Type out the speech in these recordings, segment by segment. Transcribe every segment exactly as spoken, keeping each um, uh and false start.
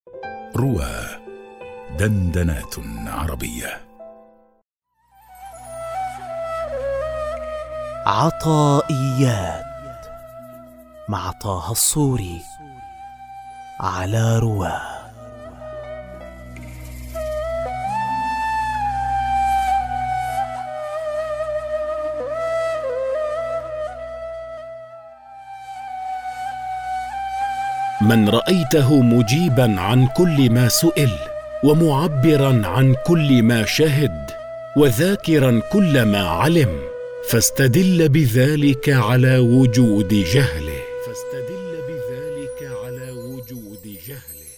روى دندنات عربية. عطائيات مع طه الصوري على روى. من رأيته مجيبا عن كل ما سئل، ومعبرا عن كل ما شهد، وذاكرا كل ما علم، فاستدل بذلك على وجود جهله فاستدل بذلك على وجود جهله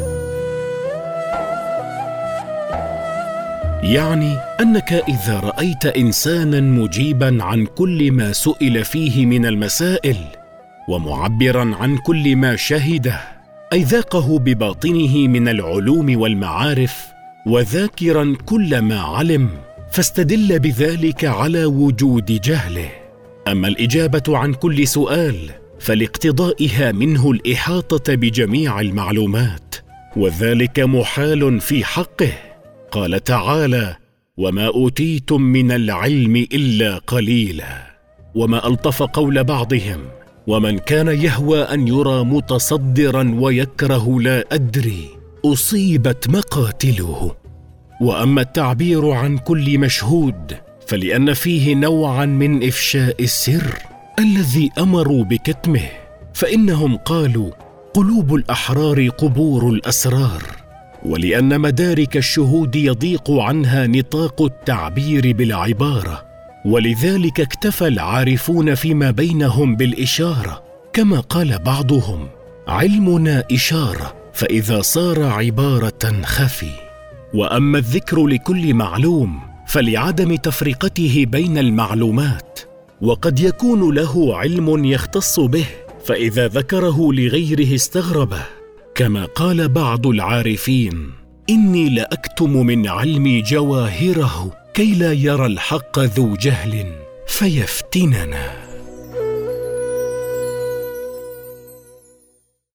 يعني أنك إذا رأيت إنسانا مجيبا عن كل ما سئل فيه من المسائل، ومعبرا عن كل ما شهده، أي ذاقه بباطنه من العلوم والمعارف، وذاكرا كل ما علم، فاستدل بذلك على وجود جهله. أما الإجابة عن كل سؤال فلاقتضائها منه الإحاطة بجميع المعلومات، وذلك محال في حقه. قال تعالى: وما أوتيتم من العلم إلا قليلا. وما ألطف قول بعضهم: ومن كان يهوى أن يرى متصدرا ويكره لا أدري أصيبت مقاتله. وأما التعبير عن كل مشهود فلأن فيه نوعا من إفشاء السر الذي أمروا بكتمه، فإنهم قالوا: قلوب الأحرار قبور الأسرار. ولأن مدارك الشهود يضيق عنها نطاق التعبير بالعبارة، ولذلك اكتفى العارفون فيما بينهم بالإشارة، كما قال بعضهم: علمنا إشارة، فإذا صار عبارة خفي. وأما الذكر لكل معلوم فلعدم تفرقته بين المعلومات، وقد يكون له علم يختص به، فإذا ذكره لغيره استغربه، كما قال بعض العارفين: إني لأكتم من علمي جواهره كي لا يرى الحق ذو جهل فيفتننا.